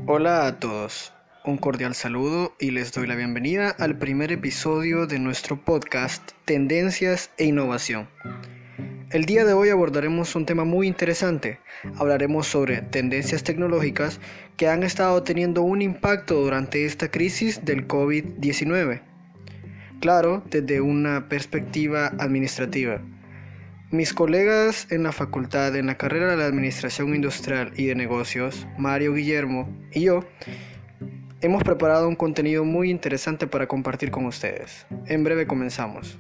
Hola a todos, un cordial saludo y les doy la bienvenida al primer episodio de nuestro podcast Tendencias e Innovación. El día de hoy abordaremos un tema muy interesante. Hablaremos sobre tendencias tecnológicas que han estado teniendo un impacto durante esta crisis del COVID-19. Claro, desde una perspectiva administrativa. Mis colegas en la facultad, en la carrera de Administración Industrial y de Negocios, Mario, Guillermo y yo, hemos preparado un contenido muy interesante para compartir con ustedes. En breve comenzamos.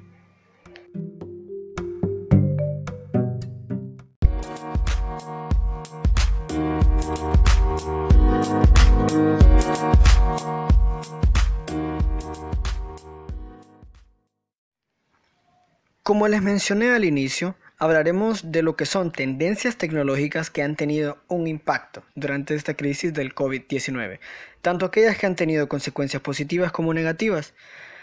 Como les mencioné al inicio, hablaremos de lo que son tendencias tecnológicas que han tenido un impacto durante esta crisis del COVID-19, tanto aquellas que han tenido consecuencias positivas como negativas.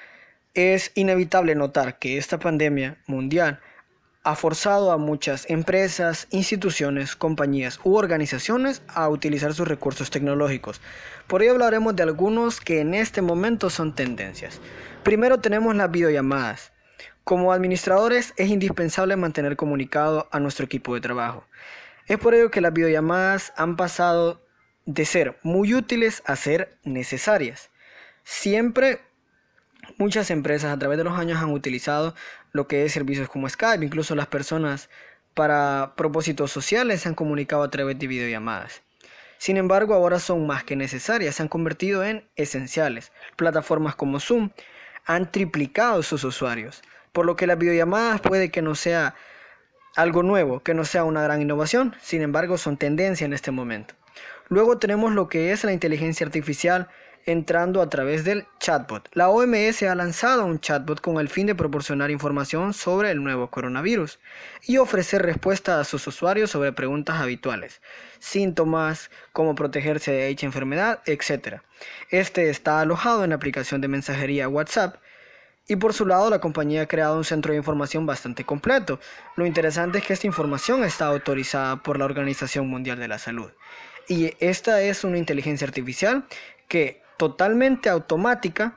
Es inevitable notar que esta pandemia mundial ha forzado a muchas empresas, instituciones, compañías u organizaciones a utilizar sus recursos tecnológicos. Por ello hablaremos de algunos que en este momento son tendencias. Primero tenemos las videollamadas. Como administradores es indispensable mantener comunicado a nuestro equipo de trabajo. Es por ello que las videollamadas han pasado de ser muy útiles a ser necesarias. Siempre muchas empresas a través de los años han utilizado lo que es servicios como Skype. Incluso las personas para propósitos sociales se han comunicado a través de videollamadas. Sin embargo, ahora son más que necesarias, se han convertido en esenciales. Plataformas como Zoom han triplicado sus usuarios, por lo que las videollamadas puede que no sea algo nuevo, que no sea una gran innovación, sin embargo son tendencia en este momento. Luego tenemos lo que es la inteligencia artificial entrando a través del chatbot. La OMS ha lanzado un chatbot con el fin de proporcionar información sobre el nuevo coronavirus y ofrecer respuestas a sus usuarios sobre preguntas habituales, síntomas, cómo protegerse de dicha enfermedad, etc. Este está alojado en la aplicación de mensajería WhatsApp. Y por su lado, la compañía ha creado un centro de información bastante completo. Lo interesante es que esta información está autorizada por la Organización Mundial de la Salud. Y esta es una inteligencia artificial que totalmente automática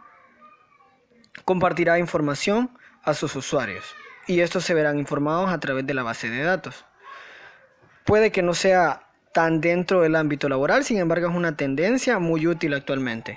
compartirá información a sus usuarios. Y estos se verán informados a través de la base de datos. Puede que no sea tan dentro del ámbito laboral, sin embargo es una tendencia muy útil actualmente.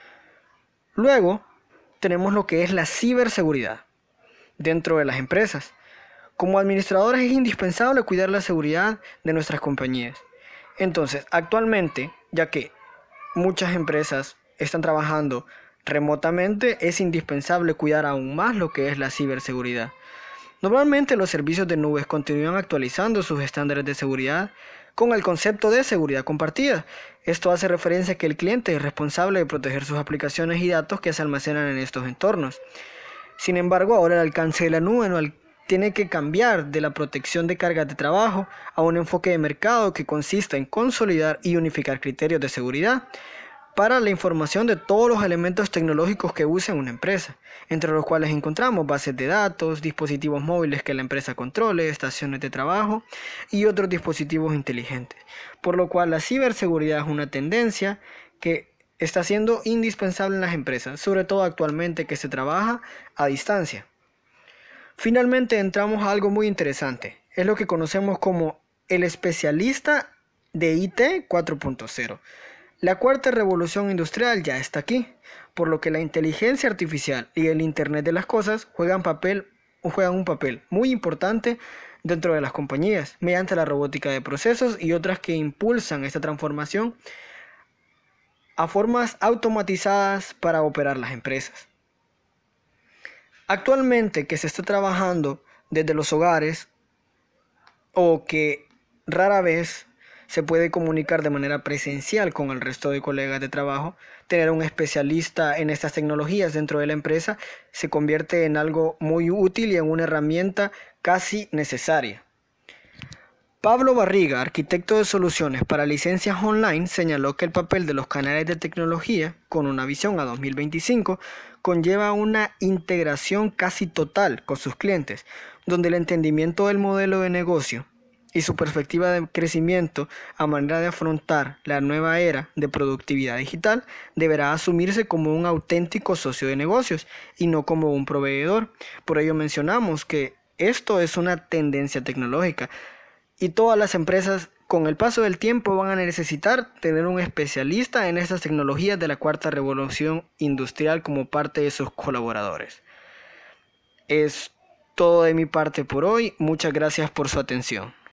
Luego tenemos lo que es la ciberseguridad dentro de las empresas. Como administradores es indispensable cuidar la seguridad de nuestras compañías. Entonces, actualmente, ya que muchas empresas están trabajando remotamente, es indispensable cuidar aún más lo que es la ciberseguridad. Normalmente los servicios de nubes continúan actualizando sus estándares de seguridad con el concepto de seguridad compartida. Esto hace referencia a que el cliente es responsable de proteger sus aplicaciones y datos que se almacenan en estos entornos. Sin embargo, ahora el alcance de la nube tiene que cambiar de la protección de cargas de trabajo a un enfoque de mercado que consista en consolidar y unificar criterios de seguridad para la información de todos los elementos tecnológicos que usa una empresa, entre los cuales encontramos bases de datos, dispositivos móviles que la empresa controle, estaciones de trabajo y otros dispositivos inteligentes. Por lo cual la ciberseguridad es una tendencia que está siendo indispensable en las empresas, sobre todo actualmente que se trabaja a distancia. Finalmente entramos a algo muy interesante, es lo que conocemos como el especialista de IT 4.0. La cuarta revolución industrial ya está aquí, por lo que la inteligencia artificial y el Internet de las cosas juegan un papel muy importante dentro de las compañías, mediante la robótica de procesos y otras que impulsan esta transformación a formas automatizadas para operar las empresas. Actualmente que se está trabajando desde los hogares o que rara vez se puede comunicar de manera presencial con el resto de colegas de trabajo, tener un especialista en estas tecnologías dentro de la empresa se convierte en algo muy útil y en una herramienta casi necesaria. Pablo Barriga, arquitecto de soluciones para licencias online, señaló que el papel de los canales de tecnología, con una visión a 2025, conlleva una integración casi total con sus clientes, donde el entendimiento del modelo de negocio y su perspectiva de crecimiento a manera de afrontar la nueva era de productividad digital deberá asumirse como un auténtico socio de negocios y no como un proveedor. Por ello mencionamos que esto es una tendencia tecnológica y todas las empresas con el paso del tiempo van a necesitar tener un especialista en estas tecnologías de la cuarta revolución industrial como parte de sus colaboradores. Es todo de mi parte por hoy. Muchas gracias por su atención.